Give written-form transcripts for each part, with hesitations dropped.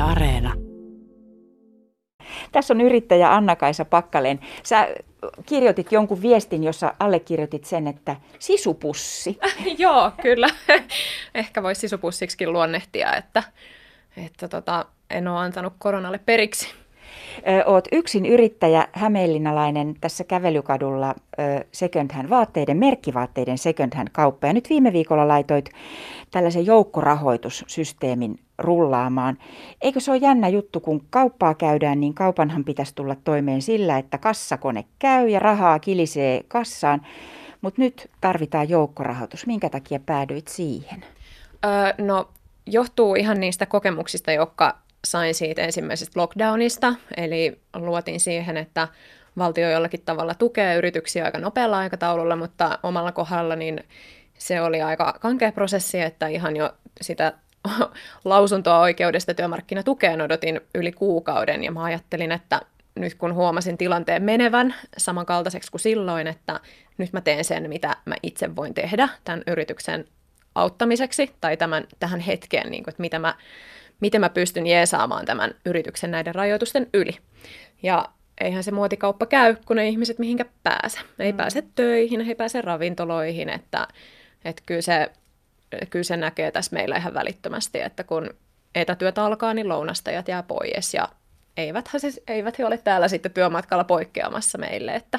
Areena. Tässä on yrittäjä Anna-Kaisa Pakkaleen. Sä kirjoitit jonkun viestin, jossa allekirjoitit sen, että sisupussi. Joo, kyllä. Ehkä voisi sisupussiksikin luonnehtia, että en ole antanut koronalle periksi. Oot yksin yrittäjä, hämeenlinnalainen tässä Kävelykadulla second hand vaatteiden, merkkivaatteiden second hand kauppa. Ja nyt viime viikolla laitoit tällaisen joukkorahoitussysteemin rullaamaan. Eikö se ole jännä juttu, kun kauppaa käydään, niin kaupanhan pitäisi tulla toimeen sillä, että kassakone käy ja rahaa kilisee kassaan. Mutta nyt tarvitaan joukkorahoitus. Minkä takia päädyit siihen? No, johtuu ihan niistä kokemuksista, jotka sain siitä ensimmäisestä lockdownista. Eli luotin siihen, että valtio jollakin tavalla tukee yrityksiä aika nopealla aikataululla, mutta omalla kohdalla niin se oli aika kankea prosessi, että ihan jo sitä lausuntoa oikeudesta työmarkkinatukeen odotin yli kuukauden, ja mä ajattelin, että nyt kun huomasin tilanteen menevän samankaltaiseksi kuin silloin, että nyt mä teen sen, mitä mä itse voin tehdä tämän yrityksen auttamiseksi tai tähän hetkeen, niin kuin, että miten mä pystyn jeesaamaan tämän yrityksen näiden rajoitusten yli. Ja eihän se muotikauppa käy, kun ne ihmiset mihinkä pääse. Ei pääse töihin, ei pääse ravintoloihin, että kyllä se näkee tässä meillä ihan välittömästi, että kun etätyötä alkaa, niin lounastajat jää pois ja eivät he ole täällä sitten työmatkalla poikkeamassa meille, että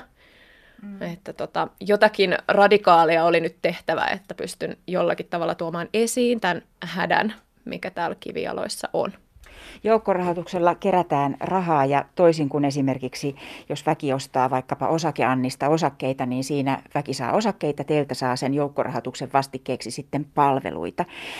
jotakin radikaalia oli nyt tehtävä, että pystyn jollakin tavalla tuomaan esiin tämän hädän, mikä täällä kivijaloissa on. Joukkorahoituksella kerätään rahaa ja toisin kuin esimerkiksi, jos väki ostaa vaikkapa osakeannista osakkeita, niin siinä väki saa osakkeita, teiltä saa sen joukkorahoituksen vastikkeeksi sitten palveluita.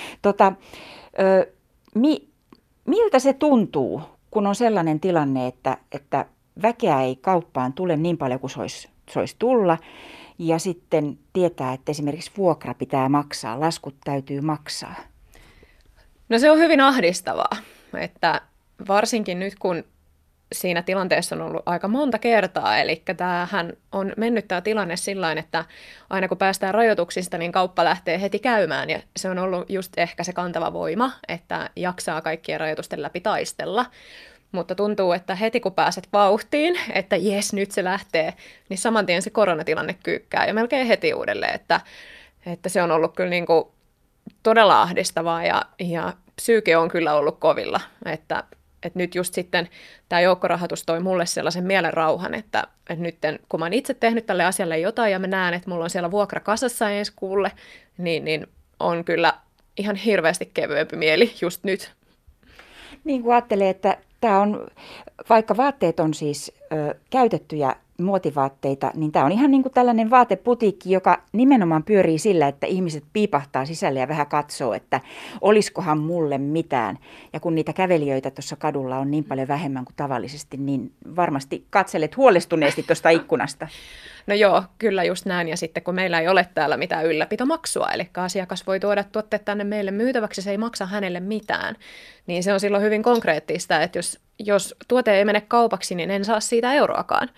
Miltä se tuntuu, kun on sellainen tilanne, että väkeä ei kauppaan tule niin paljon kuin sois tulla, ja sitten tietää, että esimerkiksi vuokra pitää maksaa, laskut täytyy maksaa? No se on hyvin ahdistavaa, että varsinkin nyt kun siinä tilanteessa on ollut aika monta kertaa, eli tämähän on mennyt tämä tilanne sillain, että aina kun päästään rajoituksista, niin kauppa lähtee heti käymään, ja se on ollut just ehkä se kantava voima, että jaksaa kaikkien rajoitusten läpi taistella. Mutta tuntuu, että heti kun pääset vauhtiin, että jes, nyt se lähtee, niin saman tien se koronatilanne kyykkää ja melkein heti uudelleen, että se on ollut kyllä niin kuin todella ahdistavaa ja psyyke on kyllä ollut kovilla, että nyt just sitten tämä joukkorahoitus toi mulle sellaisen mielen rauhan, että nyt kun mä oon itse tehnyt tälle asialle jotain ja mä näen, että mulla on siellä vuokra kasassa ensi kuulle, niin on kyllä ihan hirveästi kevyempi mieli just nyt. Niin kuin ajattelee, että tämä on, vaikka vaatteet on siis käytettyjä muotivaatteita, niin tämä on ihan niin kuin tällainen vaateputiikki, joka nimenomaan pyörii sillä, että ihmiset piipahtaa sisälle ja vähän katsoo, että olisikohan mulle mitään. Ja kun niitä kävelijöitä tuossa kadulla on niin paljon vähemmän kuin tavallisesti, niin varmasti katselet huolestuneesti tuosta ikkunasta. No joo, kyllä just näin. Ja sitten kun meillä ei ole täällä mitään ylläpitomaksua, eli asiakas voi tuoda tuotteet tänne meille myytäväksi, se ei maksa hänelle mitään, niin se on silloin hyvin konkreettista, että jos tuote ei mene kaupaksi, niin en saa siitä euroakaan.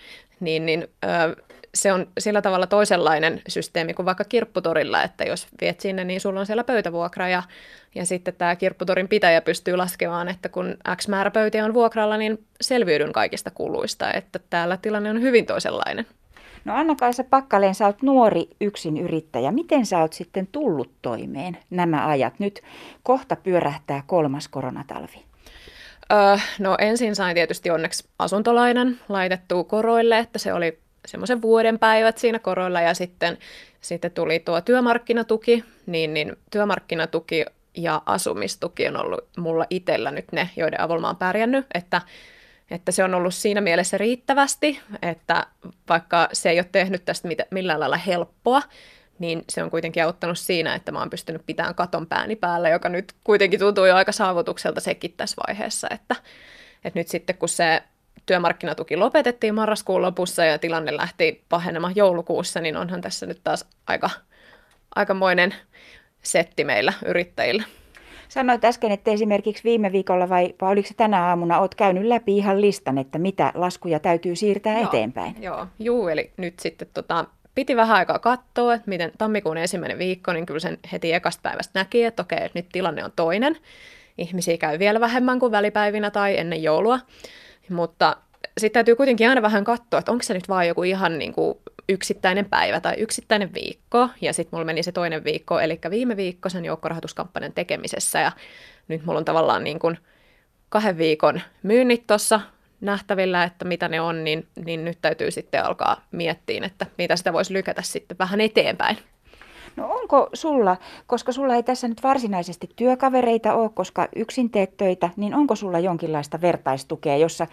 Se on sillä tavalla toisenlainen systeemi kuin vaikka kirpputorilla, että jos viet sinne, niin sulla on siellä pöytävuokra ja sitten tämä kirpputorin pitäjä pystyy laskemaan, että kun X määrä pöytiä on vuokralla, niin selviydyn kaikista kuluista, että täällä tilanne on hyvin toisenlainen. No Anna-Kaisa Pakkaleen, sä oot nuori yksin yrittäjä. Miten sä oot sitten tullut toimeen nämä ajat? Nyt kohta pyörähtää 3. koronatalvi. No ensin sain tietysti onneksi asuntolainan laitettua koroille, että se oli semmoisen vuoden päivät siinä koroilla, ja sitten tuli tuo työmarkkinatuki, niin työmarkkinatuki ja asumistuki on ollut mulla itsellä nyt ne, joiden avulla mä oon pärjännyt, että se on ollut siinä mielessä riittävästi, että vaikka se ei ole tehnyt tästä millään lailla helppoa, niin se on kuitenkin auttanut siinä, että mä oon pystynyt pitämään katon pääni päällä, joka nyt kuitenkin tuntuu jo aika saavutukselta sekin tässä vaiheessa, että nyt sitten kun se työmarkkinatuki lopetettiin marraskuun lopussa ja tilanne lähti pahenemaan joulukuussa, niin onhan tässä nyt taas aikamoinen setti meillä yrittäjillä. Sanoit äsken, että esimerkiksi viime viikolla vai oliko se tänä aamuna, olet käynyt läpi ihan listan, että mitä laskuja täytyy siirtää eteenpäin. Joo, eli nyt sitten piti vähän aikaa katsoa, että miten tammikuun 1. viikko, niin kyllä sen heti ekasta päivästä näki, että okei, nyt tilanne on toinen. ihmisiä käy vielä vähemmän kuin välipäivinä tai ennen joulua, mutta sitten täytyy kuitenkin aina vähän katsoa, että onko se nyt vaan joku ihan niin kuin yksittäinen päivä tai yksittäinen viikko, ja sitten mulla meni se toinen viikko, eli viime viikko sen joukkorahoituskampanjan tekemisessä, ja nyt mulla on tavallaan niin kuin 2 viikon myynnit tuossa nähtävillä, että mitä ne on, niin nyt täytyy sitten alkaa miettiä, että mitä sitä voisi lykätä sitten vähän eteenpäin. No onko sulla, koska sulla ei tässä nyt varsinaisesti työkavereita ole, koska yksin teet töitä, niin onko sulla jonkinlaista vertaistukea,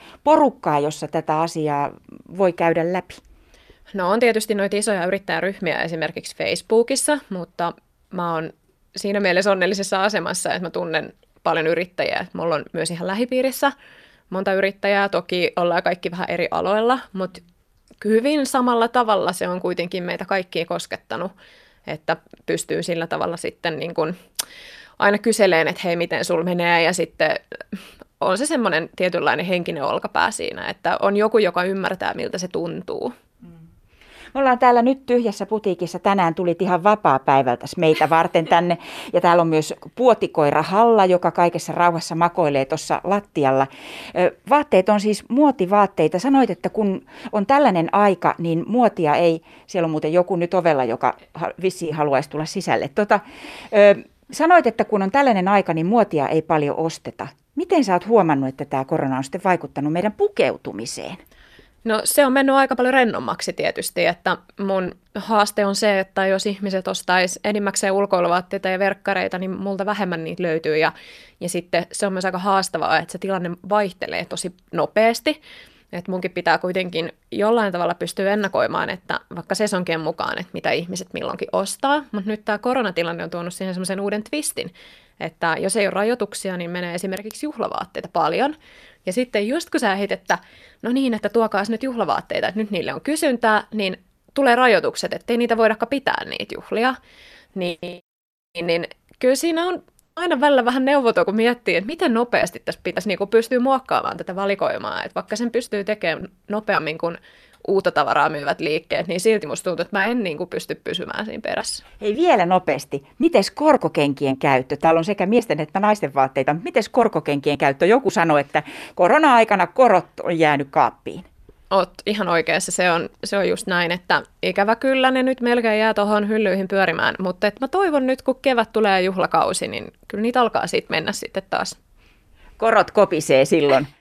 jossa tätä asiaa voi käydä läpi? No on tietysti noita isoja yrittäjäryhmiä esimerkiksi Facebookissa, mutta mä oon siinä mielessä onnellisessa asemassa, että mä tunnen paljon yrittäjiä. Mulla on myös ihan lähipiirissä monta yrittäjää, toki ollaan kaikki vähän eri aloilla, mutta hyvin samalla tavalla se on kuitenkin meitä kaikkia koskettanut, että pystyy sillä tavalla sitten niin kuin aina kyseleen, että hei, miten sul menee, ja sitten on se semmoinen tietynlainen henkinen olkapää siinä, että on joku, joka ymmärtää, miltä se tuntuu. Me ollaan täällä nyt tyhjässä putiikissa. Tänään tulit ihan vapaa-päivältäs meitä varten tänne. Ja täällä on myös puotikoira Halla, joka kaikessa rauhassa makoilee tuossa lattialla. Vaatteet on siis muotivaatteita. Sanoit, että kun on tällainen aika, niin muotia ei... Siellä on muuten joku nyt ovella, joka vissiin haluaisi tulla sisälle. Sanoit, että kun on tällainen aika, niin muotia ei paljon osteta. Miten sä oot huomannut, että tämä korona on sitten vaikuttanut meidän pukeutumiseen? No se on mennyt aika paljon rennommaksi tietysti, että mun haaste on se, että jos ihmiset ostaisi enimmäkseen ulkoiluvaatteita ja verkkareita, niin multa vähemmän niitä löytyy ja sitten se on myös aika haastavaa, että se tilanne vaihtelee tosi nopeasti, että munkin pitää kuitenkin jollain tavalla pystyä ennakoimaan, että vaikka sesonkien mukaan, että mitä ihmiset milloinkin ostaa, mutta nyt tämä koronatilanne on tuonut siihen semmoisen uuden twistin, että jos ei ole rajoituksia, niin menee esimerkiksi juhlavaatteita paljon. Ja sitten just kun sä ehdit, että no niin, että tuokaas nyt juhlavaatteita, että nyt niille on kysyntää, niin tulee rajoitukset, ettei niitä voidakaan pitää niitä juhlia. Niin kyllä siinä on aina välillä vähän neuvoton, kun miettii, että miten nopeasti tässä pitäisi niin pystyä muokkaamaan tätä valikoimaa. Että vaikka sen pystyy tekemään nopeammin kuin uutta tavaraa myyvät liikkeet, niin silti musta tuntuu, että mä en niin kuin pysty pysymään siinä perässä. Hei vielä nopeasti, mites korkokenkien käyttö? Täällä on sekä miesten että naisten vaatteita, mutta mites korkokenkien käyttö? Joku sanoi, että korona-aikana korot on jäänyt kaappiin. Oot ihan oikeassa, se on just näin, että ikävä kyllä ne nyt melkein jää tuohon hyllyihin pyörimään, mutta mä toivon nyt, kun kevät tulee juhlakausi, niin kyllä niitä alkaa siitä mennä sitten taas. Korot kopisee silloin.